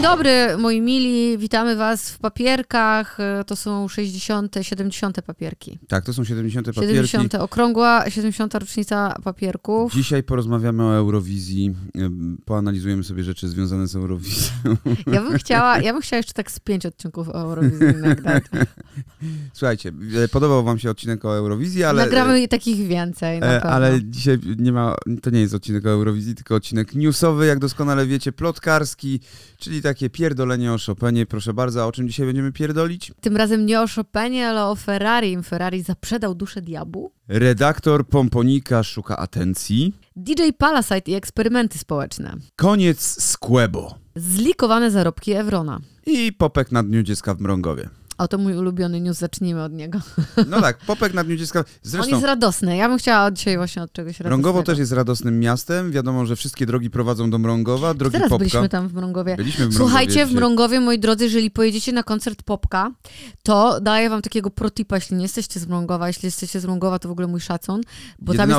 dobry, moi mili, witamy was w papierkach. To są 60., 70. papierki. Tak, to są 70. papierki. 70. okrągła, 70. rocznica papierków. Dzisiaj porozmawiamy o Eurowizji, poanalizujemy sobie rzeczy związane z Eurowizją. Ja bym chciała jeszcze tak z 5 odcinków o Eurowizji nagrać. Słuchajcie, podobał wam się odcinek o Eurowizji, ale... Nagramy takich więcej, na pewno. Ale dzisiaj to nie jest odcinek o Eurowizji, tylko odcinek newsowy, jak doskonale wiecie, plotkarski, czyli takie pierdolenie o Chopinie. Proszę bardzo, a o czym dzisiaj będziemy pierdolić? Tym razem nie o Chopinie, ale o Ferrari. Ferrari zaprzedał duszę diabłu. Redaktor Pomponika szuka atencji. DJ Palasite i eksperymenty społeczne. Koniec z Quebo. Zlikowane zarobki Ewrona. I popek na Dniu Dziecka w Mrągowie. Oto mój ulubiony news, zacznijmy od niego. No tak, popek na Dniu Dziecka. Zresztą, on jest radosny. Ja bym chciała dzisiaj właśnie od czegoś radosnego. Mrągowo też jest radosnym miastem. Wiadomo, że wszystkie drogi prowadzą do Mrągowa. Drogi Teraz Popka. byliśmy tam w Mrągowie. Byliśmy w Mrągowie. Słuchajcie, w Mrągowie, moi drodzy, jeżeli pojedziecie na koncert Popka, to daję wam takiego protipa, jeśli nie jesteście z Mrągowa. Jeśli jesteście z Mrągowa, to w ogóle mój szacun. Bo tam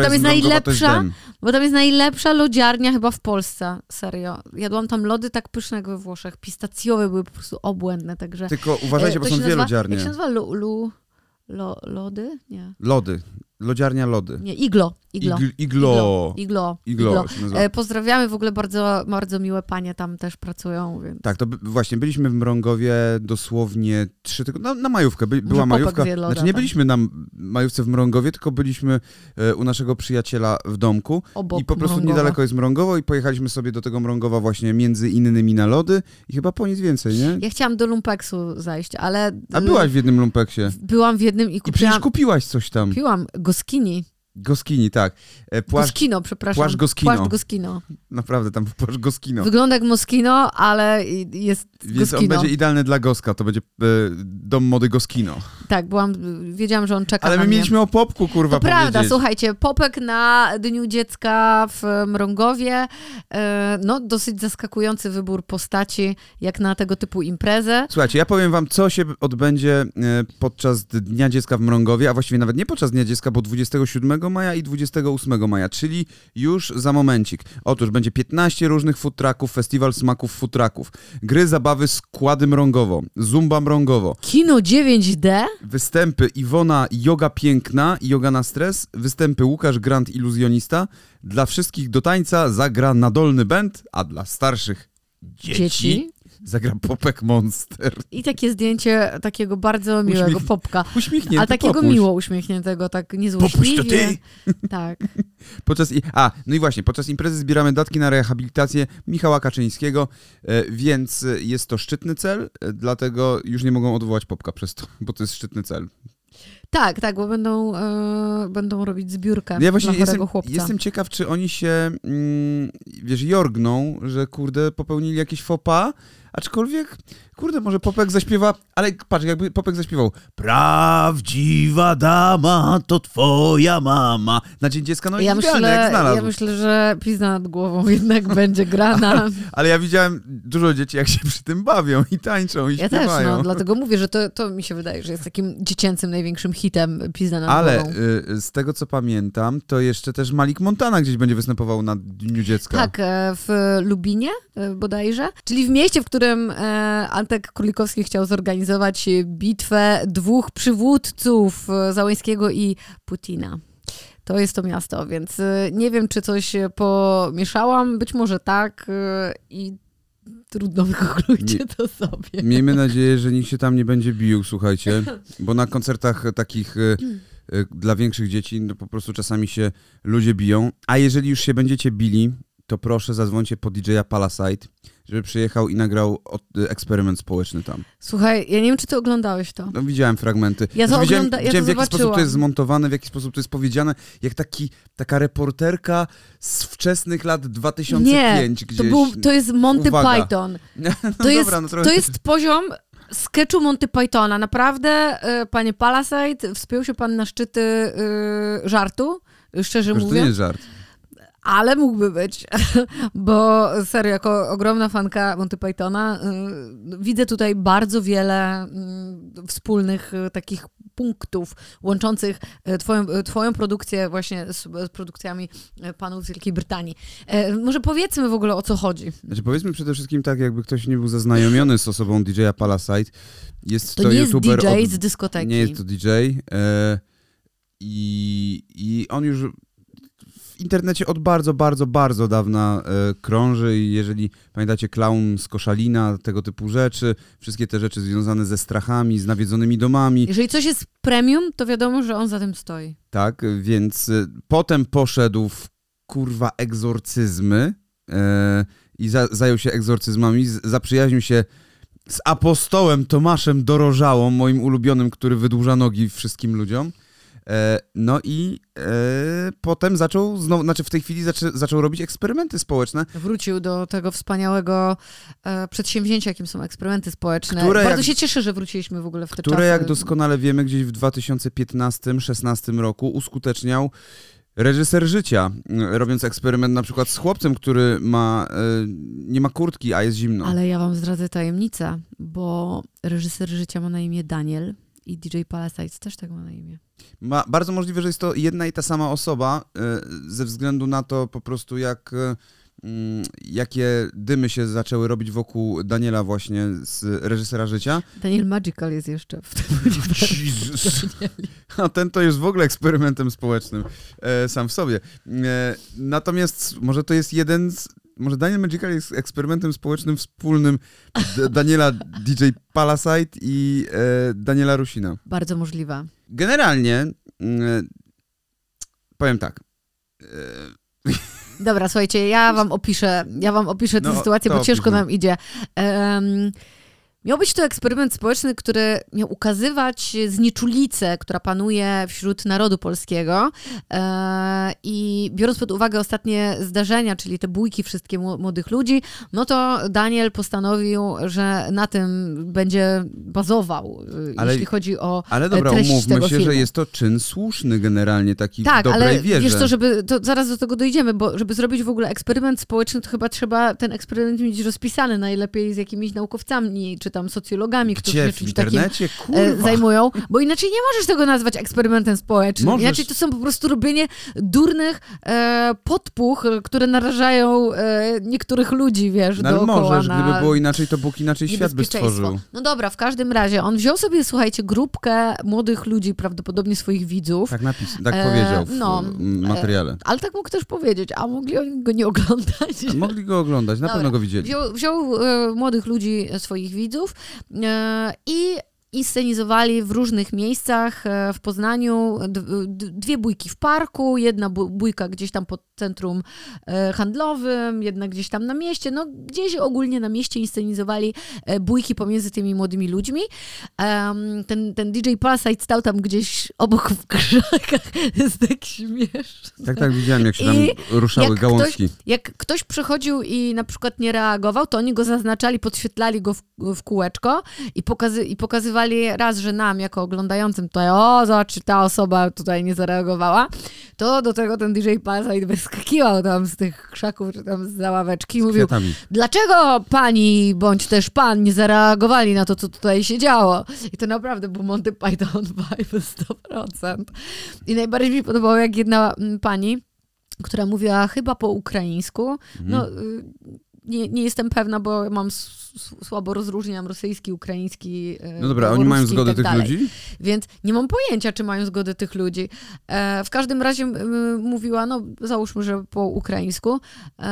jest najlepsza lodziarnia chyba w Polsce. Serio. Jadłam tam lody tak pyszne jak we Włoszech. Pistacjowe były po prostu obłędne, także... Tylko uważajcie, bo są dwie lodziarnie. Jak się nazywa? Lody? Nie. Lody. Lodziarnia Lody. Nie, Iglo. Pozdrawiamy, w ogóle bardzo, bardzo miłe panie tam też pracują. Więc... Tak, to właśnie byliśmy w Mrągowie dosłownie 3 tygodnie, na majówkę, była majówka. Znaczy nie byliśmy na majówce w Mrągowie, tylko byliśmy u naszego przyjaciela w domku. Obok i po prostu Mrągowa. Niedaleko jest Mrągowo i pojechaliśmy sobie do tego Mrągowa właśnie między innymi na lody i chyba po nic więcej, nie? Ja chciałam do lumpeksu zajść, ale... A byłaś w jednym lumpeksie. Byłam w jednym i kupiłam... I przecież kupiłaś coś tam. Kupiłam Goskini. Goskini, tak. Goskino, przepraszam. Płaszcz Goskino. Płaszcz Goskino. Naprawdę, tam płaszcz Goskino. Wygląda jak Moschino, ale jest Więc Goskino. on będzie idealny dla Goska, to będzie dom mody Goskino. Tak, wiedziałam, że on czeka ale na my mnie. mieliśmy o Popku, kurwa, to prawda, powiedzieć. Słuchajcie, Popek na Dniu Dziecka w Mrągowie. No, dosyć zaskakujący wybór postaci, jak na tego typu imprezę. Słuchajcie, ja powiem wam, co się odbędzie podczas Dnia Dziecka w Mrągowie, a właściwie nawet nie podczas Dnia Dziecka, bo 27 maja i 28 maja, czyli już za momencik. Otóż będzie 15 różnych food trucków, festiwal smaków food trucków, gry, zabawy, składy Mrągowo, Zumba Mrągowo. Kino 9D? Występy Iwona Yoga Piękna i Yoga na Stres, występy Łukasz Grant Iluzjonista. Dla wszystkich do tańca zagra Nadolny Band, a dla starszych dzieci zagra Popek Monster. I takie zdjęcie takiego bardzo miłego Popka. Uśmiechnięty a takiego popuś. miło uśmiechniętego, tak niezłośliwie. Popuś to ty! Tak. No i właśnie, podczas imprezy zbieramy datki na rehabilitację Michała Kaczyńskiego, więc jest to szczytny cel, dlatego już nie mogą odwołać Popka przez to, bo to jest szczytny cel. Tak, bo będą robić zbiórkę Ja właśnie dla chorego chłopca. Jestem ciekaw, czy oni się, jorgną, że kurde, popełnili jakieś faux pas, aczkolwiek, kurde, może Popek zaśpiewa, ale patrz, jakby Popek zaśpiewał prawdziwa dama to twoja mama. Na Dzień Dziecka, no idealnie, jak znalazł. Ja myślę, że pizza nad głową jednak będzie grana. Ale ja widziałem dużo dzieci, jak się przy tym bawią i tańczą i śpiewają. Ja też, dlatego mówię, że to mi się wydaje, że jest takim dziecięcym największym hitem pizza nad głową. Ale z tego, co pamiętam, to jeszcze też Malik Montana gdzieś będzie występował na Dniu Dziecka. Tak, w Lubinie bodajże, czyli w mieście, w którym Antek Królikowski chciał zorganizować bitwę dwóch przywódców, Załęskiego i Putina. To jest to miasto, więc nie wiem, czy coś pomieszałam, być może tak i trudno, wygooglujcie to sobie. Miejmy nadzieję, że nikt się tam nie będzie bił, słuchajcie, bo na koncertach takich dla większych dzieci no po prostu czasami się ludzie biją, a jeżeli już się będziecie bili, to proszę zadzwońcie po DJ-a Palasite, żeby przyjechał i nagrał eksperyment społeczny tam. Słuchaj, ja nie wiem, czy ty oglądałeś to. No widziałem fragmenty. Widziałem, w jaki sposób to jest zmontowane, w jaki sposób to jest powiedziane, jak taka reporterka z wczesnych lat 2005 gdzieś. To jest Monty Uwaga. Python. To jest poziom sketchu Monty Pythona. Naprawdę, panie Palasite, wspiął się pan na szczyty żartu, szczerze mówiąc. To nie jest żart. Ale mógłby być, bo serio, jako ogromna fanka Monty Pythona widzę tutaj bardzo wiele wspólnych takich punktów łączących twoją produkcję właśnie z produkcjami panów z Wielkiej Brytanii. Może powiedzmy w ogóle, o co chodzi. Znaczy powiedzmy przede wszystkim tak, jakby ktoś nie był zaznajomiony z osobą DJ-a Palasite. Jest to nie YouTuber jest DJ z dyskoteki. Nie jest to DJ. I on już w internecie od bardzo, bardzo, bardzo dawna krąży i jeżeli pamiętacie Klaun z Koszalina, tego typu rzeczy, wszystkie te rzeczy związane ze strachami, z nawiedzonymi domami. Jeżeli coś jest premium, to wiadomo, że on za tym stoi. Tak, więc potem poszedł w egzorcyzmy i zajął się egzorcyzmami, zaprzyjaźnił się z apostołem Tomaszem Dorożałą, moim ulubionym, który wydłuża nogi wszystkim ludziom. No i potem zaczął znowu, znaczy w tej chwili zaczął robić eksperymenty społeczne. Wrócił do tego wspaniałego przedsięwzięcia, jakim są eksperymenty społeczne. Bardzo się cieszę, że wróciliśmy w ogóle w te czasy. Które, jak doskonale wiemy, gdzieś w 2015-16 roku uskuteczniał reżyser życia, robiąc eksperyment na przykład z chłopcem, który nie ma kurtki, a jest zimno. Ale ja wam zdradzę tajemnicę, bo reżyser życia ma na imię Daniel i DJ Palasite też tak ma na imię. Bardzo możliwe, że jest to jedna i ta sama osoba, ze względu na to po prostu jakie dymy się zaczęły robić wokół Daniela właśnie z reżysera życia. Daniel Magical jest jeszcze w tym Jezus. A ten to jest w ogóle eksperymentem społecznym sam w sobie. Natomiast może to jest może Daniel Magical jest eksperymentem społecznym wspólnym Daniela DJ Palasite i Daniela Rusina. Bardzo możliwe. Generalnie powiem tak. Dobra, słuchajcie, ja wam opiszę tę sytuację, bo ciężko nam idzie. Miał być to eksperyment społeczny, który miał ukazywać znieczulicę, która panuje wśród narodu polskiego i biorąc pod uwagę ostatnie zdarzenia, czyli te bójki wszystkie młodych ludzi, no to Daniel postanowił, że na tym będzie bazował, jeśli chodzi o treść tego filmu. Ale dobra, umówmy się, że jest to czyn słuszny generalnie, taki tak, w dobrej wierze. Wiesz co, to zaraz do tego dojdziemy, bo żeby zrobić w ogóle eksperyment społeczny, to chyba trzeba ten eksperyment mieć rozpisany najlepiej z jakimiś naukowcami, czy tam socjologami, którzy się czymś takim zajmują, bo inaczej nie możesz tego nazwać eksperymentem społecznym. Inaczej to są po prostu robienie durnych podpuch, które narażają niektórych ludzi, wiesz, no, dookoła. Możesz, gdyby było inaczej, to Bóg inaczej świat by stworzył. No dobra, w każdym razie on wziął sobie, słuchajcie, grupkę młodych ludzi, prawdopodobnie swoich widzów. Tak powiedział w materiale. Ale tak mógł też powiedzieć, a mogli oni go nie oglądać. Mogli go oglądać, na pewno go widzieli. Wziął młodych ludzi, swoich widzów i inscenizowali w różnych miejscach w Poznaniu dwie bójki w parku, jedna bójka gdzieś tam pod centrum handlowym, jedna gdzieś tam na mieście, no gdzieś ogólnie na mieście inscenizowali bójki pomiędzy tymi młodymi ludźmi. Ten DJ Palasite stał tam gdzieś obok w krzakach, jest tak śmieszne. Tak, widziałem, jak się tam ruszały gałązki. Jak ktoś przechodził i na przykład nie reagował, to oni go zaznaczali, podświetlali go w kółeczko i pokazywali raz, że nam jako oglądającym tutaj, zobacz, ta osoba tutaj nie zareagowała, to do tego ten DJ Palasite wyskakiwał tam z tych krzaków, czy tam z ławeczki i mówił, dlaczego pani, bądź też pan nie zareagowali na to, co tutaj się działo? I to naprawdę był Monty Python vibe 100%. I najbardziej mi podobało, jak jedna pani, która mówiła chyba po ukraińsku, nie jestem pewna, bo słabo rozróżniam rosyjski, ukraiński, no dobra, oni mają zgodę tych ludzi? Więc nie mam pojęcia, czy mają zgodę tych ludzi. W każdym razie mówiła, no załóżmy, że po ukraińsku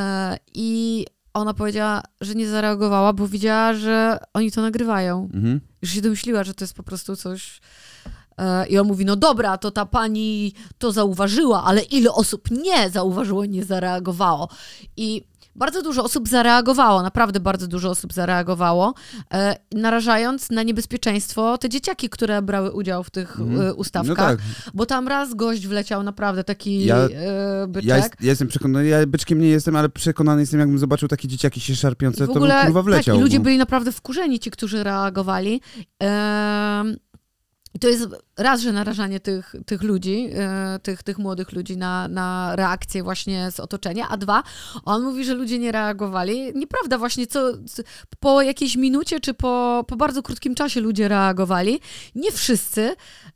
i ona powiedziała, że nie zareagowała, bo widziała, że oni to nagrywają. Już się domyśliła, że to jest po prostu coś... I on mówi, no dobra, to ta pani to zauważyła, ale ile osób nie zauważyło, nie zareagowało. I bardzo dużo osób zareagowało, naprawdę bardzo dużo osób zareagowało, narażając na niebezpieczeństwo te dzieciaki, które brały udział w tych ustawkach. No tak. Bo tam raz gość wleciał, naprawdę taki byczek. Ja jestem przekonany, ja byczkiem nie jestem, ale przekonany jestem, jakbym zobaczył takie dzieciaki się szarpiące, to bym kurwa wleciał. Tak, i ludzie byli naprawdę wkurzeni, ci, którzy reagowali. I to jest raz, że narażanie tych ludzi, tych młodych ludzi na reakcję właśnie z otoczenia, a dwa, on mówi, że ludzie nie reagowali. Nieprawda, właśnie po jakiejś minucie czy po bardzo krótkim czasie ludzie reagowali. Nie wszyscy,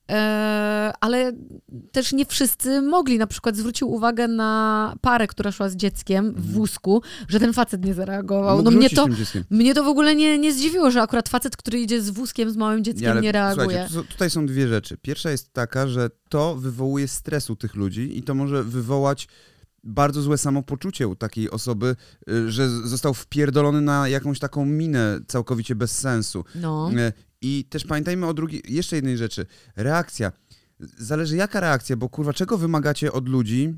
ale też nie wszyscy mogli. Na przykład zwrócił uwagę na parę, która szła z dzieckiem w wózku, że ten facet nie zareagował. No mnie to w ogóle nie zdziwiło, że akurat facet, który idzie z wózkiem, z małym dzieckiem, nie reaguje. Tutaj są dwie rzeczy. Pierwsza jest taka, że to wywołuje stres u tych ludzi i to może wywołać bardzo złe samopoczucie u takiej osoby, że został wpierdolony na jakąś taką minę całkowicie bez sensu. No. I też pamiętajmy o jeszcze jednej rzeczy. Reakcja. Zależy jaka reakcja, bo kurwa, czego wymagacie od ludzi?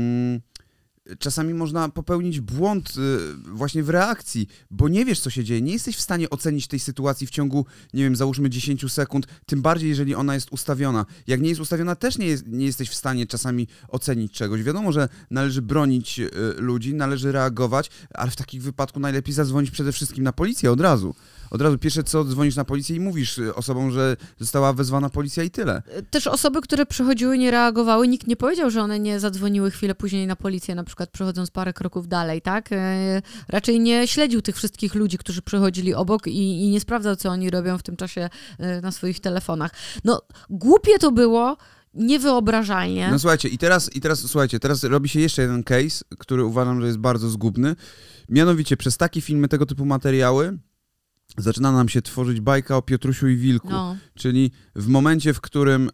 Czasami można popełnić błąd właśnie w reakcji, bo nie wiesz, co się dzieje. Nie jesteś w stanie ocenić tej sytuacji w ciągu, nie wiem, załóżmy 10 sekund, tym bardziej, jeżeli ona jest ustawiona. Jak nie jest ustawiona, też nie jesteś w stanie czasami ocenić czegoś. Wiadomo, że należy bronić ludzi, należy reagować, ale w takim wypadku najlepiej zadzwonić przede wszystkim na policję od razu. Od razu pierwsze co, dzwonisz na policję i mówisz osobom, że została wezwana policja i tyle. Też osoby, które przychodziły, nie reagowały, nikt nie powiedział, że one nie zadzwoniły chwilę później na policję, na przykład przechodząc parę kroków dalej, tak? Raczej nie śledził tych wszystkich ludzi, którzy przechodzili obok i nie sprawdzał, co oni robią w tym czasie na swoich telefonach. No, głupie to było, niewyobrażalnie. No słuchajcie, teraz robi się jeszcze jeden case, który uważam, że jest bardzo zgubny. Mianowicie przez takie filmy, tego typu materiały zaczyna nam się tworzyć bajka o Piotrusiu i Wilku. No. Czyli w momencie, w którym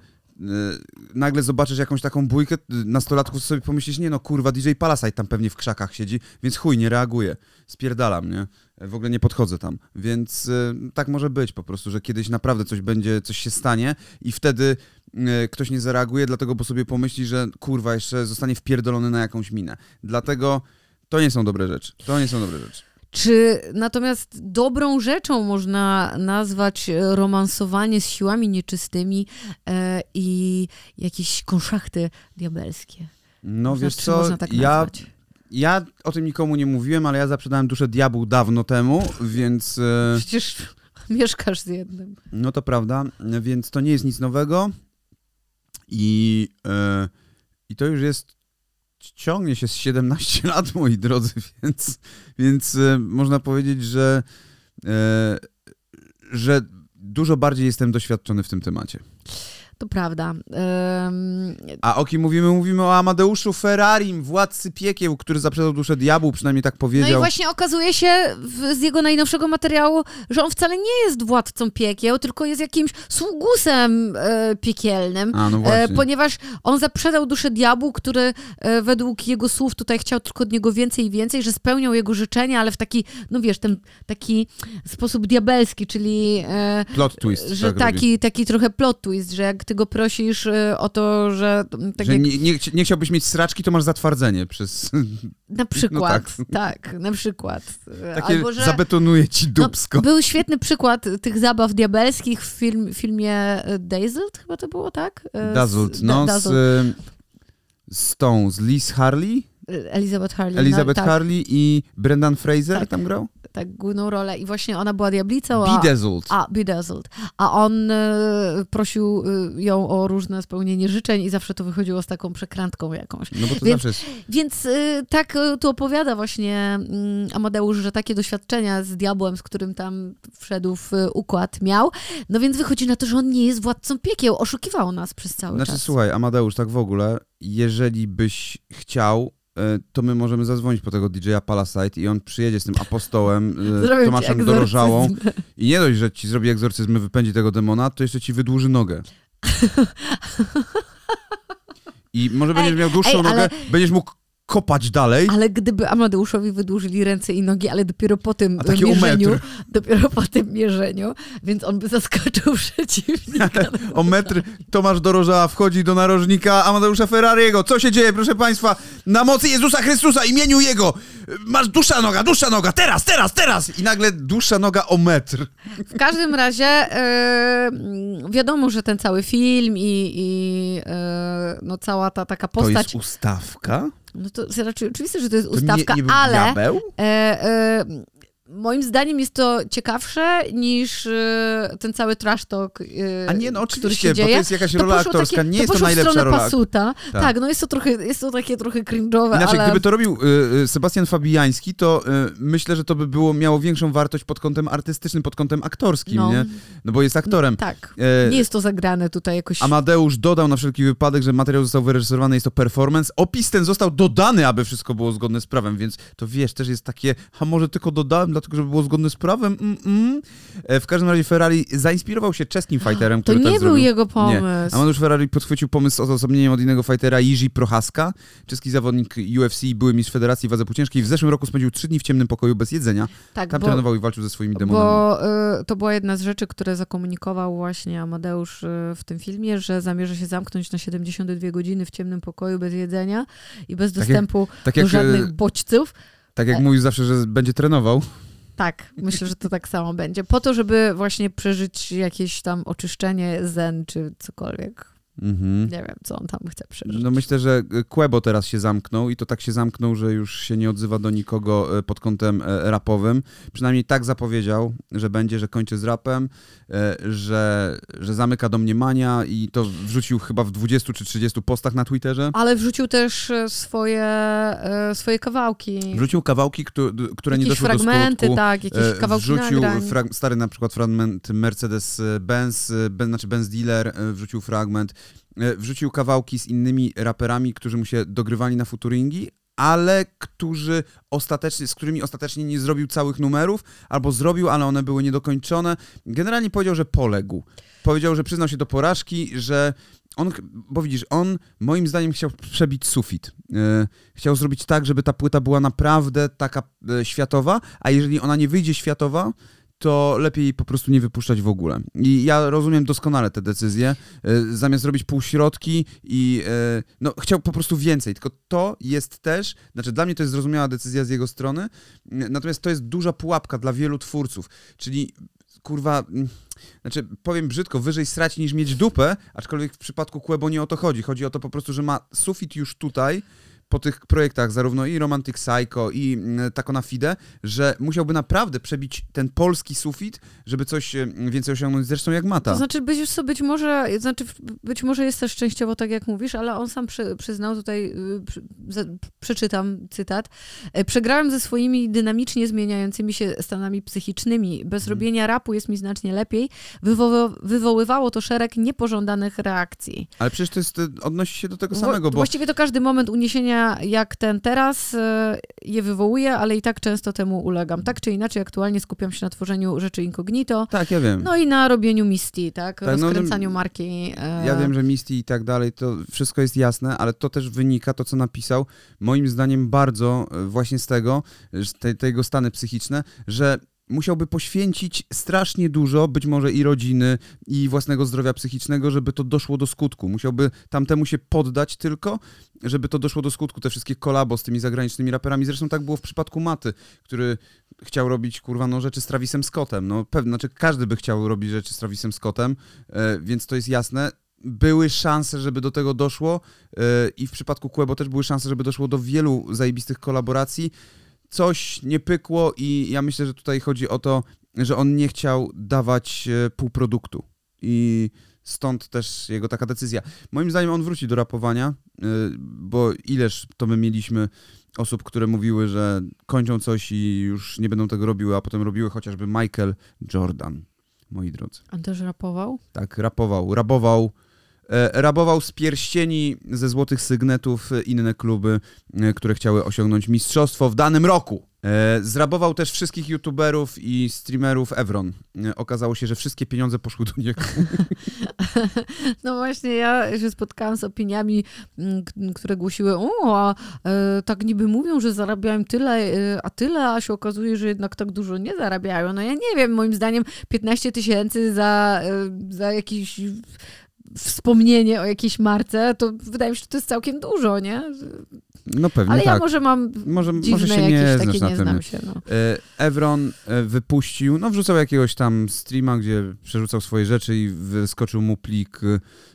nagle zobaczysz jakąś taką bójkę nastolatków, sobie pomyślisz, nie no kurwa, DJ Palasite tam pewnie w krzakach siedzi, więc chuj, nie reaguję, spierdalam, nie? W ogóle nie podchodzę tam. Więc tak może być po prostu, że kiedyś naprawdę coś się stanie i wtedy ktoś nie zareaguje, dlatego bo sobie pomyśli, że kurwa, jeszcze zostanie wpierdolony na jakąś minę. Dlatego to nie są dobre rzeczy. Czy natomiast dobrą rzeczą można nazwać romansowanie z siłami nieczystymi i jakieś konszachty diabelskie? No wiesz co, można tak nazwać? Ja o tym nikomu nie mówiłem, ale ja zaprzedałem duszę diabłu dawno temu, więc... Przecież mieszkasz z jednym. No to prawda, więc to nie jest nic nowego i to już jest... Ciągnie się z 17 lat, moi drodzy, więc można powiedzieć, że dużo bardziej jestem doświadczony w tym temacie. To prawda. A o kim mówimy? Mówimy o Amadeuszu Ferrarim, władcy piekieł, który zaprzedał duszę diabłu, przynajmniej tak powiedział. No i właśnie okazuje się z jego najnowszego materiału, że on wcale nie jest władcą piekieł, tylko jest jakimś sługusem piekielnym. No ponieważ on zaprzedał duszę diabłu, który według jego słów tutaj chciał tylko od niego więcej i więcej, że spełniał jego życzenia, ale w taki, no wiesz, ten taki sposób diabelski, czyli... plot twist. Że taki trochę plot twist, że jak ty go prosisz o to, że... Tak że jak... nie chciałbyś mieć sraczki, to masz zatwardzenie przez... Na przykład, no tak, na przykład. Takie albo, że... zabetonuje ci dupsko. No, był świetny przykład tych zabaw diabelskich w filmie Dazzled, chyba to było, tak? Dazzled, z Liz Harley? Elizabeth Harley i Brendan Fraser tak, tam grał? Tak, główną rolę. I właśnie ona była diablicą. Bedazzled. A on prosił ją o różne spełnienie życzeń i zawsze to wychodziło z taką przekrętką jakąś. No bo to zawsze jest... Więc tak tu opowiada właśnie Amadeusz, że takie doświadczenia z diabłem, z którym tam wszedł w układ miał. No więc wychodzi na to, że on nie jest władcą piekieł. Oszukiwał nas przez cały czas. Słuchaj, Amadeusz, tak w ogóle, jeżeli byś chciał, to my możemy zadzwonić po tego DJ-a Palasite i on przyjedzie z tym apostołem, Tomaszem Dorożałą i nie dość, że ci zrobi egzorcyzm, wypędzi tego demona, to jeszcze ci wydłuży nogę. I może będziesz miał dłuższą nogę, będziesz mógł kopać dalej. Ale gdyby Amadeuszowi wydłużyli ręce i nogi, ale dopiero po tym mierzeniu, więc on by zaskoczył przeciwnika. O metr Tomasz Dorożała wchodzi do narożnika Amadeusza Ferrariego. Co się dzieje, proszę państwa? Na mocy Jezusa Chrystusa, imieniu Jego! Masz dłuższa noga, teraz! I nagle dłuższa noga o metr. W każdym razie wiadomo, że ten cały film i no cała ta taka postać... To jest ustawka? No to raczej oczywiste, że to jest ustawka, ale moim zdaniem jest to ciekawsze niż ten cały trash talk, A nie, no który oczywiście, się dzieje. bo to jest jakaś rola aktorska, nie jest to najlepsza rola. Pasuta. Tak, no jest to takie trochę cringe'owe, Inaczej, ale... gdyby to robił Sebastian Fabiański, to myślę, że to by miało większą wartość pod kątem artystycznym, pod kątem aktorskim, nie? No bo jest aktorem. Tak, nie jest to zagrane tutaj jakoś... Amadeusz dodał na wszelki wypadek, że materiał został wyreżyserowany, jest to performance. Opis ten został dodany, aby wszystko było zgodne z prawem, więc to wiesz, też jest takie, a może tylko dodałem, dlatego żeby było zgodne z prawem? W każdym razie Ferrari zainspirował się czeskim fighterem, który To nie tak był zrobił. jego pomysł. Nie. Amadeusz Ferrari podchwycił pomysł z odosobnieniem od innego fightera Jiří Procházka, czeski zawodnik UFC, były mistrz Federacji Wadze Półciężkiej. W zeszłym roku spędził 3 dni w ciemnym pokoju bez jedzenia. Tak, Tam trenował i walczył ze swoimi demonami. Bo to była jedna z rzeczy, które zakomunikował właśnie Amadeusz w tym filmie, że zamierza się zamknąć na 72 godziny w ciemnym pokoju bez jedzenia i bez dostępu do żadnych bodźców. Tak jak mówił zawsze, że będzie trenował. Tak, myślę, że to tak samo będzie. Po to, żeby właśnie przeżyć jakieś tam oczyszczenie, zen czy cokolwiek. Nie wiem, co on tam chce przeżyć. No myślę, że Quebo teraz się zamknął i to tak się zamknął, że już się nie odzywa do nikogo pod kątem rapowym. Przynajmniej tak zapowiedział, że będzie, że kończy z rapem, że zamyka do mniemania i to wrzucił chyba w 20 czy 30 postach na Twitterze. Ale wrzucił też swoje kawałki. Wrzucił kawałki, które nie doszły do skutku. Fragmenty, tak, jakieś kawałki wrzucił nagrań. stary na przykład fragment Mercedes-Benz, znaczy Benz Dealer, wrzucił fragment. Wrzucił kawałki z innymi raperami, którzy mu się dogrywali na featuringi, ale z którymi ostatecznie nie zrobił całych numerów, albo zrobił, ale one były niedokończone. Generalnie powiedział, że poległ. Powiedział, że przyznał się do porażki, że bo widzisz, on moim zdaniem chciał przebić sufit. Chciał zrobić tak, żeby ta płyta była naprawdę taka światowa, a jeżeli ona nie wyjdzie światowa, to lepiej jej po prostu nie wypuszczać w ogóle. I ja rozumiem doskonale te decyzje. Zamiast robić półśrodki i chciał po prostu więcej. Tylko to jest też, znaczy dla mnie to jest zrozumiała decyzja z jego strony, natomiast to jest duża pułapka dla wielu twórców. Czyli kurwa, znaczy powiem brzydko, wyżej srać niż mieć dupę, aczkolwiek w przypadku Quebo nie o to chodzi. Chodzi o to po prostu, że ma sufit już tutaj, po tych projektach, zarówno i Romantic Psycho, i Taco na Fide, że musiałby naprawdę przebić ten polski sufit, żeby coś więcej osiągnąć, zresztą jak Mata. To znaczy, być może jest też częściowo tak, jak mówisz, ale on sam przyznał, tutaj przeczytam cytat, przegrałem ze swoimi dynamicznie zmieniającymi się stanami psychicznymi. Bez robienia rapu jest mi znacznie lepiej. Wywoływało to szereg niepożądanych reakcji. Ale przecież to jest, odnosi się do tego samego, bo... Właściwie to każdy moment uniesienia jak ten teraz je wywołuje, ale i tak często temu ulegam. Tak czy inaczej, aktualnie skupiam się na tworzeniu rzeczy incognito. Tak, ja wiem. No i na robieniu Misty, tak? Rozkręcaniu marki. Ja wiem, że Misty i tak dalej, to wszystko jest jasne, ale to też wynika, to co napisał, moim zdaniem bardzo właśnie z tego, tego stany psychiczne, że musiałby poświęcić strasznie dużo, być może i rodziny, i własnego zdrowia psychicznego, żeby to doszło do skutku. Musiałby tamtemu się poddać tylko, żeby to doszło do skutku. Te wszystkie kolabo z tymi zagranicznymi raperami. Zresztą tak było w przypadku Maty, który chciał robić, rzeczy z Travisem Scottem. No pewnie, znaczy każdy by chciał robić rzeczy z Travisem Scottem, więc to jest jasne. Były szanse, żeby do tego doszło i w przypadku Quebo też były szanse, żeby doszło do wielu zajebistych kolaboracji. Coś nie pykło i ja myślę, że tutaj chodzi o to, że on nie chciał dawać półproduktu i stąd też jego taka decyzja. Moim zdaniem on wróci do rapowania, bo ileż to my mieliśmy osób, które mówiły, że kończą coś i już nie będą tego robiły, a potem robiły, chociażby Michael Jordan, moi drodzy. On też rapował? Tak, rabował z pierścieni ze złotych sygnetów inne kluby, które chciały osiągnąć mistrzostwo w danym roku. Zrabował też wszystkich youtuberów i streamerów Evron. Okazało się, że wszystkie pieniądze poszły do niego. No właśnie, ja się spotkałam z opiniami, które głosiły, tak niby mówią, że zarabiają tyle, a się okazuje, że jednak tak dużo nie zarabiają. No ja nie wiem, moim zdaniem 15 000 za jakiś wspomnienie o jakiejś marce, to wydaje mi się, że to jest całkiem dużo, nie? No pewnie. Ale tak. ja może mam dziwne się jakieś nie takie, nie znam tym. się. No. Evron wrzucał jakiegoś tam streama, gdzie przerzucał swoje rzeczy i wyskoczył mu plik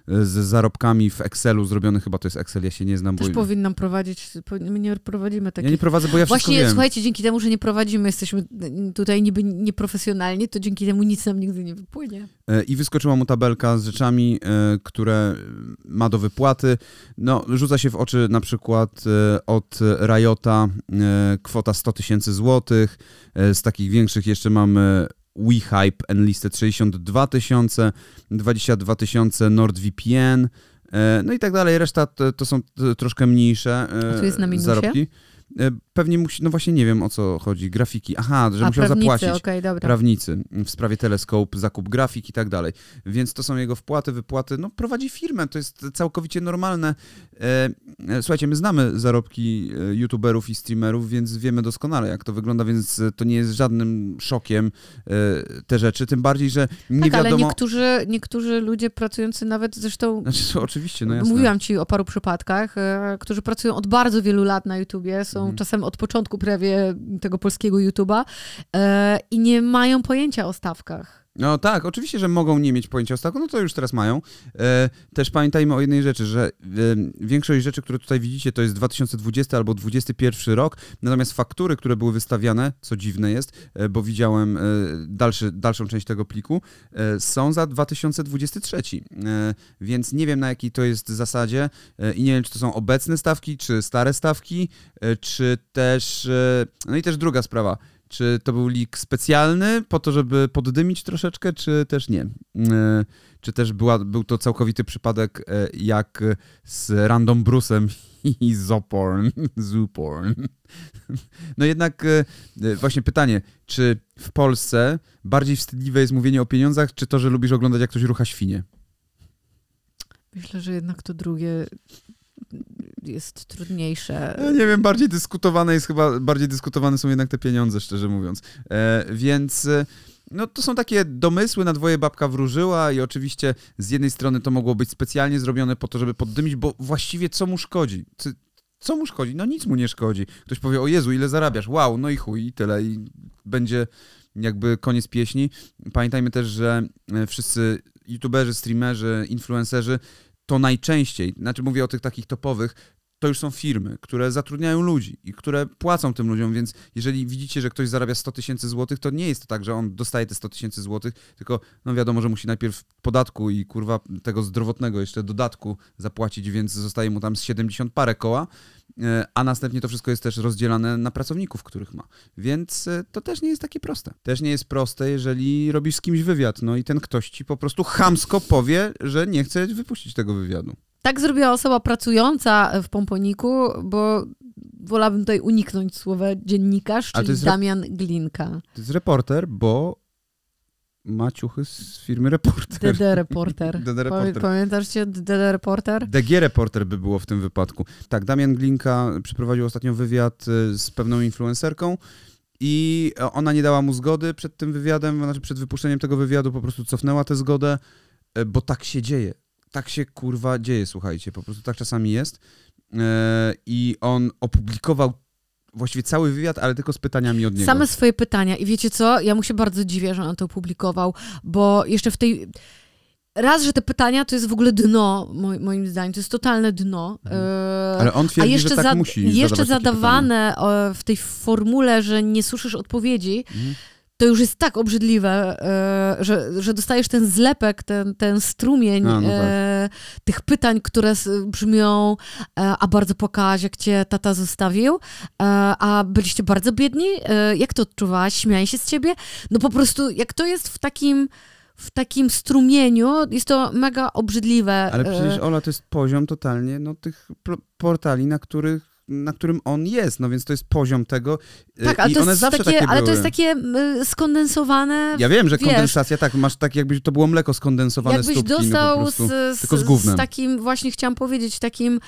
z zarobkami w Excelu zrobiony, chyba to jest Excel, ja się nie znam. Też powinnam prowadzić, my nie prowadzimy takich... Ja nie prowadzę, bo ja wszystko Właśnie, wiem. słuchajcie, dzięki temu, że nie prowadzimy, jesteśmy tutaj niby nieprofesjonalni, to dzięki temu nic nam nigdy nie wypłynie. I wyskoczyła mu tabelka z rzeczami, które ma do wypłaty. No, rzuca się w oczy na przykład od Riota kwota 100 000 złotych. Z takich większych jeszcze mamy WeHype Enlisted 62 000, 22 000 NordVPN, no i tak dalej. Reszta to są troszkę mniejsze A tu jest na minusie? zarobki. Pewnie musi, no właśnie nie wiem o co chodzi, grafiki. Aha, że musiał zapłacić. Okay, dobra. Prawnicy w sprawie Telescope, zakup grafik i tak dalej. Więc to są jego wpłaty, wypłaty. No prowadzi firmę, to jest całkowicie normalne. Słuchajcie, my znamy zarobki youtuberów i streamerów, więc wiemy doskonale jak to wygląda, więc to nie jest żadnym szokiem te rzeczy, tym bardziej, że nie tak, wiadomo... ale niektórzy ludzie pracujący nawet, zresztą... Znaczy, oczywiście, no jasne. Mówiłam ci o paru przypadkach, którzy pracują od bardzo wielu lat na YouTubie, są czasem od początku prawie tego polskiego YouTube'a i nie mają pojęcia o stawkach. No tak, oczywiście, że mogą nie mieć pojęcia o stawku, no to już teraz mają. Też pamiętajmy o jednej rzeczy, że większość rzeczy, które tutaj widzicie, to jest 2020 albo 2021 rok, natomiast faktury, które były wystawiane, co dziwne jest, bo widziałem dalszą część tego pliku, są za 2023, więc nie wiem na jakiej to jest zasadzie i nie wiem, czy to są obecne stawki, czy stare stawki, czy też, no i też druga sprawa, czy to był leak specjalny po to, żeby poddymić troszeczkę, czy też nie? Czy też był to całkowity przypadek jak z Random Bruce'em i Zooporn. No jednak właśnie pytanie, czy w Polsce bardziej wstydliwe jest mówienie o pieniądzach, czy to, że lubisz oglądać jak ktoś rucha świnie? Myślę, że jednak to drugie jest trudniejsze. Ja nie wiem, bardziej dyskutowane są jednak te pieniądze, szczerze mówiąc. Więc no to są takie domysły, na dwoje babka wróżyła i oczywiście z jednej strony to mogło być specjalnie zrobione po to, żeby poddymić, bo właściwie co mu szkodzi? Co mu szkodzi? No nic mu nie szkodzi. Ktoś powie, o Jezu, ile zarabiasz? Wow, no i chuj, i tyle. I będzie jakby koniec pieśni. Pamiętajmy też, że wszyscy youtuberzy, streamerzy, influencerzy to najczęściej, znaczy mówię o tych takich topowych, to już są firmy, które zatrudniają ludzi i które płacą tym ludziom, więc jeżeli widzicie, że ktoś zarabia 100 000 złotych, to nie jest to tak, że on dostaje te 100 000 złotych, tylko no wiadomo, że musi najpierw podatku i kurwa tego zdrowotnego jeszcze dodatku zapłacić, więc zostaje mu tam z 70 parę koła, a następnie to wszystko jest też rozdzielane na pracowników, których ma. Więc to też nie jest takie proste. Też nie jest proste, jeżeli robisz z kimś wywiad, no i ten ktoś ci po prostu chamsko powie, że nie chce wypuścić tego wywiadu. Tak zrobiła osoba pracująca w Pomponiku, bo wolałabym tutaj uniknąć słowa dziennikarz, czyli Damian Glinka. To jest reporter, bo ma ciuchy z firmy Reporter. DD Reporter. Pamiętasz cię DD Reporter? DG Reporter by było w tym wypadku. Tak, Damian Glinka przeprowadził ostatnio wywiad z pewną influencerką i ona nie dała mu zgody przed tym wywiadem, znaczy przed wypuszczeniem tego wywiadu po prostu cofnęła tę zgodę, bo tak się dzieje. Tak się kurwa dzieje, słuchajcie, po prostu tak czasami jest. I on opublikował właściwie cały wywiad, ale tylko z pytaniami od niego. Same swoje pytania i wiecie co? Ja mu się bardzo dziwię, że on to opublikował, bo jeszcze w tej... Raz, że te pytania to jest w ogóle dno, moim zdaniem, to jest totalne dno. Ale on twierdzi, że tak musi jeszcze zadawane w tej formule, że nie słyszysz odpowiedzi, to już jest tak obrzydliwe, że dostajesz ten zlepek, ten strumień tych pytań, które brzmią, a bardzo płakałaś, jak cię tata zostawił, a byliście bardzo biedni, jak to odczuwałaś, śmiali się z ciebie? No po prostu, jak to jest w takim strumieniu, jest to mega obrzydliwe. Ale przecież, Ola, to jest poziom totalnie tych portali, na którym on jest, no więc to jest poziom tego tak, ale i to one jest zawsze takie były. Ale to jest takie skondensowane... Ja wiem, że kondensacja, tak, masz tak jakby to było mleko skondensowane z tubki, dostał no po prostu, tylko z gównem. Z takim, właśnie chciałam powiedzieć, takim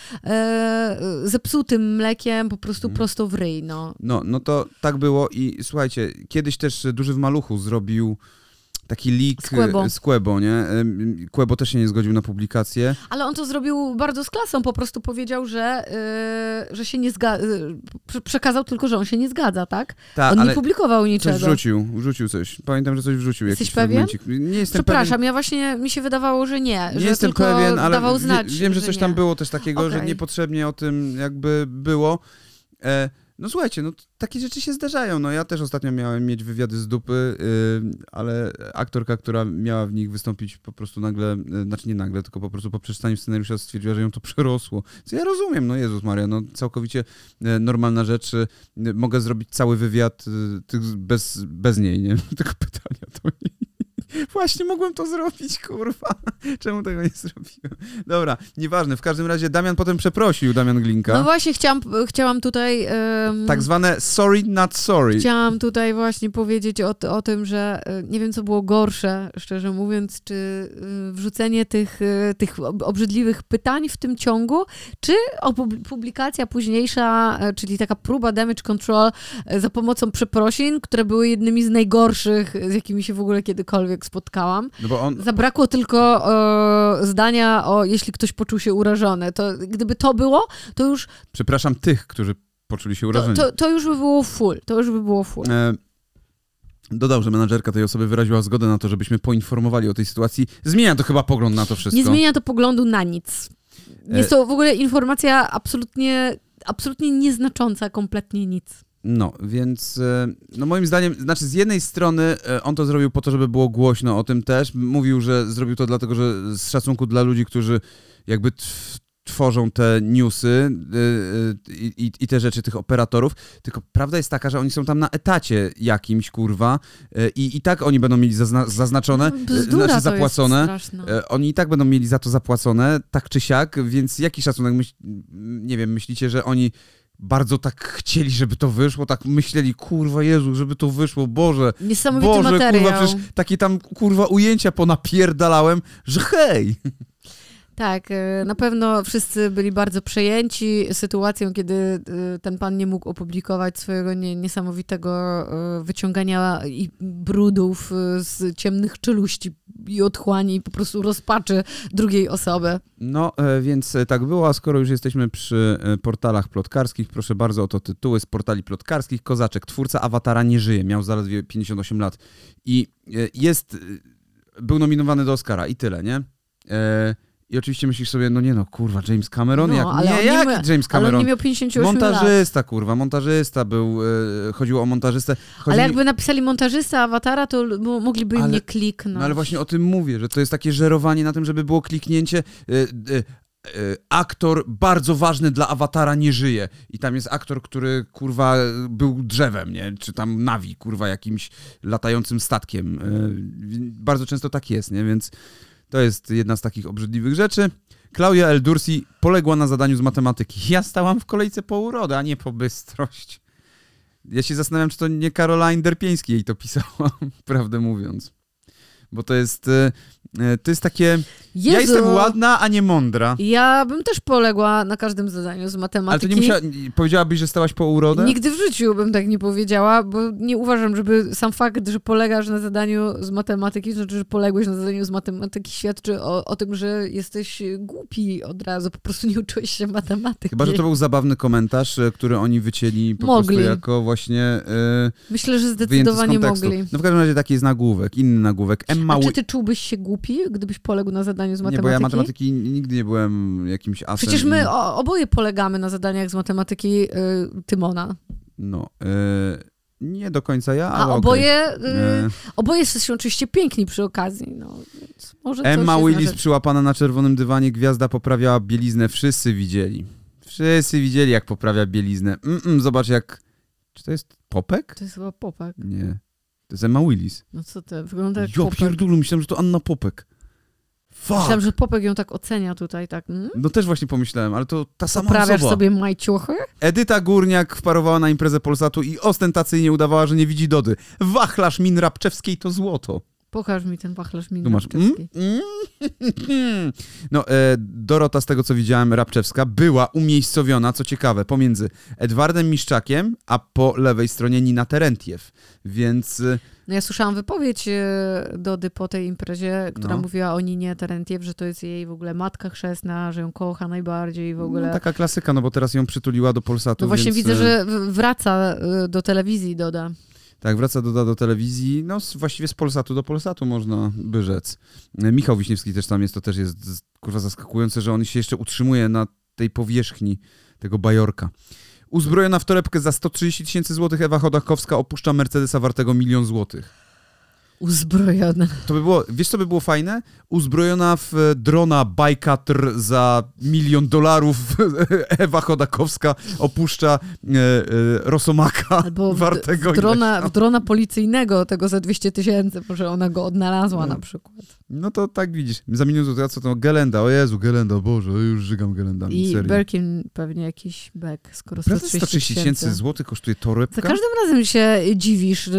zepsutym mlekiem po prostu prosto w ryj, no. No to tak było i słuchajcie, kiedyś też Duży w Maluchu zrobił taki leak z Quebo, nie? Quebo też się nie zgodził na publikację. Ale on to zrobił bardzo z klasą, po prostu powiedział, że się nie zgadza, przekazał tylko, że on się nie zgadza, tak? On nie publikował niczego. Coś wrzucił coś. Pamiętam, że coś wrzucił. Jesteś pewien? Nie jestem Przepraszam, pewien. Ja właśnie, mi się wydawało, że nie. Nie że jestem tylko pewien, ale dawał znać, wiem, że coś tam było też takiego, że Okay. niepotrzebnie o tym jakby było. No słuchajcie, no takie rzeczy się zdarzają. No ja też ostatnio miałem mieć wywiady z dupy, ale aktorka, która miała w nich wystąpić po prostu nagle, znaczy nie nagle, tylko po prostu po przeczytaniu scenariusza stwierdziła, że ją to przerosło. Co ja rozumiem, no Jezus Maria, no całkowicie normalna rzecz. Mogę zrobić cały wywiad bez niej, nie? Tylko pytania to nie. Właśnie mogłem to zrobić, kurwa. Czemu tego nie zrobiłem? Dobra, nieważne. W każdym razie Damian potem przeprosił, Damian Glinka. No właśnie, chciałam tutaj... Tak zwane sorry, not sorry. Chciałam tutaj właśnie powiedzieć o tym, że nie wiem, co było gorsze, szczerze mówiąc, czy wrzucenie tych obrzydliwych pytań w tym ciągu, czy publikacja późniejsza, czyli taka próba damage control za pomocą przeprosin, które były jednymi z najgorszych, z jakimi się w ogóle kiedykolwiek spotkałam. No bo Zabrakło tylko zdania o jeśli ktoś poczuł się urażony. To gdyby to było, to już... Przepraszam tych, którzy poczuli się urażeni. To już by było full. To już by było full. Dodał, że menadżerka tej osoby wyraziła zgodę na to, żebyśmy poinformowali o tej sytuacji. Zmienia to chyba pogląd na to wszystko. Nie zmienia to poglądu na nic. Jest to w ogóle informacja absolutnie nieznacząca, kompletnie nic. No, więc no moim zdaniem, znaczy z jednej strony on to zrobił po to, żeby było głośno o tym też. Mówił, że zrobił to dlatego, że z szacunku dla ludzi, którzy jakby tworzą te newsy i te rzeczy tych operatorów, tylko prawda jest taka, że oni są tam na etacie jakimś, kurwa, i tak oni będą mieli zaznaczone, znaczy zapłacone. Oni i tak będą mieli za to zapłacone, tak czy siak, więc jaki szacunek, nie wiem, myślicie, że oni bardzo tak chcieli, żeby to wyszło, tak myśleli, kurwa Jezu, żeby to wyszło, Boże. Niesamowity materiał. Kurwa, przecież takie tam, kurwa, ujęcia ponapierdalałem, że hej! Tak, na pewno wszyscy byli bardzo przejęci sytuacją, kiedy ten pan nie mógł opublikować swojego niesamowitego wyciągania i brudów z ciemnych czeluści i otchłani i po prostu rozpaczy drugiej osoby. No, więc tak było, a skoro już jesteśmy przy portalach plotkarskich, proszę bardzo, oto tytuły z portali plotkarskich. Kozaczek, twórca Awatara nie żyje, miał zaledwie 58 lat i był nominowany do Oscara i tyle, nie? I oczywiście myślisz sobie, no nie no, kurwa, James Cameron? No, Jaki James Cameron? Ale on nie miał 58 montażysta, lat. Kurwa, montażysta był, chodziło o montażystę. Ale jakby napisali montażysta Awatara, to mogliby im nie kliknąć. No ale właśnie o tym mówię, że to jest takie żerowanie na tym, żeby było kliknięcie. Aktor bardzo ważny dla Awatara nie żyje. I tam jest aktor, który, kurwa, był drzewem, nie? Czy tam Navi, kurwa, jakimś latającym statkiem. Bardzo często tak jest, nie? Więc to jest jedna z takich obrzydliwych rzeczy. Klaudia El Dursi poległa na zadaniu z matematyki. Ja stałam w kolejce po urodę, a nie po bystrość. Ja się zastanawiam, czy to nie Caroline Derpieński jej to pisała, prawdę mówiąc. Bo to jest takie... Jezu. Ja jestem ładna, a nie mądra. Ja bym też poległa na każdym zadaniu z matematyki. Ale to nie powiedziałabyś, że stałaś po urodę? Nigdy w życiu bym tak nie powiedziała, bo nie uważam, żeby sam fakt, że polegasz na zadaniu z matematyki, znaczy, że poległeś na zadaniu z matematyki, świadczy o tym, że jesteś głupi od razu, po prostu nie uczyłeś się matematyki. Chyba, że to był zabawny komentarz, który oni wycięli po prostu jako właśnie myślę, że zdecydowanie mogli. No w każdym razie taki jest nagłówek, inny nagłówek. A czy ty czułbyś się głupi, gdybyś poległ na zadaniu z matematyki? Nie, bo ja matematyki nigdy nie byłem jakimś asem. Przecież my oboje polegamy na zadaniach z matematyki Tymona. No, nie do końca ja, ale oboje jesteśmy oczywiście piękni przy okazji. No, więc może Emma Willis przyłapana na czerwonym dywanie, gwiazda poprawiała bieliznę, wszyscy widzieli. Wszyscy widzieli, jak poprawia bieliznę. Zobacz jak... Czy to jest Popek? To jest chyba Popek. Nie. To jest Emma Willis. No co to, wygląda jak Popek. Ja pierdolę, myślałem, że to Anna Popek. Fuck. Myślałem, że Popek ją tak ocenia tutaj, tak. No też właśnie pomyślałem, ale to ta sama Poprawiasz osoba. sobie majciuchy? Edyta Górniak wparowała na imprezę Polsatu i ostentacyjnie udawała, że nie widzi Dody. Wachlarz min Rabczewskiej to złoto. Pokaż mi ten wachlarz miny Tu masz. Rabczewskiej. No, Dorota, z tego co widziałem, Rabczewska, była umiejscowiona, co ciekawe, pomiędzy Edwardem Miszczakiem, a po lewej stronie Nina Terentiew. Więc... No ja słyszałam wypowiedź Dody po tej imprezie, która mówiła o Ninie Terentiew, że to jest jej w ogóle matka chrzestna, że ją kocha najbardziej w ogóle. No, taka klasyka, no bo teraz ją przytuliła do Polsatu. No właśnie więc... widzę, że wraca do telewizji Doda. Tak, wraca do telewizji, no właściwie z Polsatu do Polsatu można by rzec. Michał Wiśniewski też tam jest, to też jest kurwa zaskakujące, że on się jeszcze utrzymuje na tej powierzchni tego bajorka. Uzbrojona w torebkę za 130 000 złotych Ewa Chodakowska opuszcza Mercedesa wartego 1 000 000 złotych. Uzbrojona. To by było, wiesz co by było fajne? Uzbrojona w drona Bajkatr za $1 000 000 Ewa Chodakowska opuszcza Rosomaka albo wartego w drona policyjnego tego za 200 000, może ona go odnalazła na przykład. No to tak widzisz. Za minutę, co to? Gelenda, o Jezu, Gelenda, Boże, już żygam Gelendami, I serio. Birkin pewnie jakiś bag, skoro 130 000 złotych kosztuje torebka? Za każdym razem się dziwisz,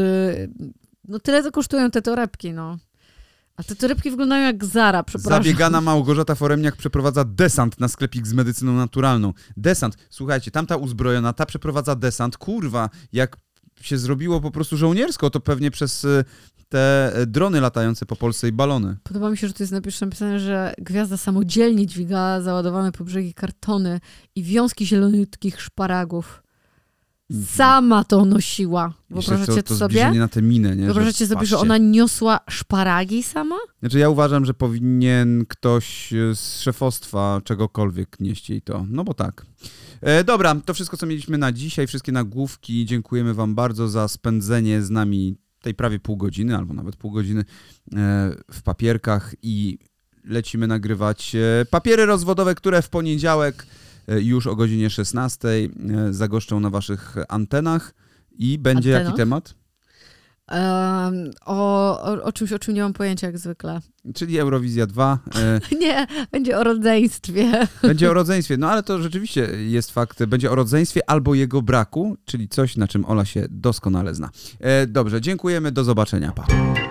no tyle to kosztują te torebki, no. A te torebki wyglądają jak Zara, przepraszam. Zabiegana Małgorzata Foremniak przeprowadza desant na sklepik z medycyną naturalną. Desant, słuchajcie, tamta uzbrojona, ta przeprowadza desant. Kurwa, jak się zrobiło po prostu żołniersko, to pewnie przez te drony latające po Polsce i balony. Podoba mi się, że tu jest napisane, że gwiazda samodzielnie dźwigała załadowane po brzegi kartony i wiązki zieloniutkich szparagów. Sama to nosiła. Wyobrażacie to sobie? Na tę minę, nie? Wyobrażacie sobie, że ona niosła szparagi sama? Znaczy ja uważam, że powinien ktoś z szefostwa czegokolwiek nieść jej to. No bo tak. Dobra, to wszystko, co mieliśmy na dzisiaj. Wszystkie nagłówki. Dziękujemy wam bardzo za spędzenie z nami tej prawie pół godziny, albo nawet pół godziny w papierkach i lecimy nagrywać papiery rozwodowe, które w poniedziałek już o godzinie 16 zagoszczą na waszych antenach i będzie jaki temat? O czymś, o czym nie mam pojęcia jak zwykle. Czyli Eurowizja 2. Nie, będzie o rodzeństwie. Będzie o rodzeństwie, no ale to rzeczywiście jest fakt. Będzie o rodzeństwie albo jego braku, czyli coś, na czym Ola się doskonale zna. Dobrze, dziękujemy, do zobaczenia, pa.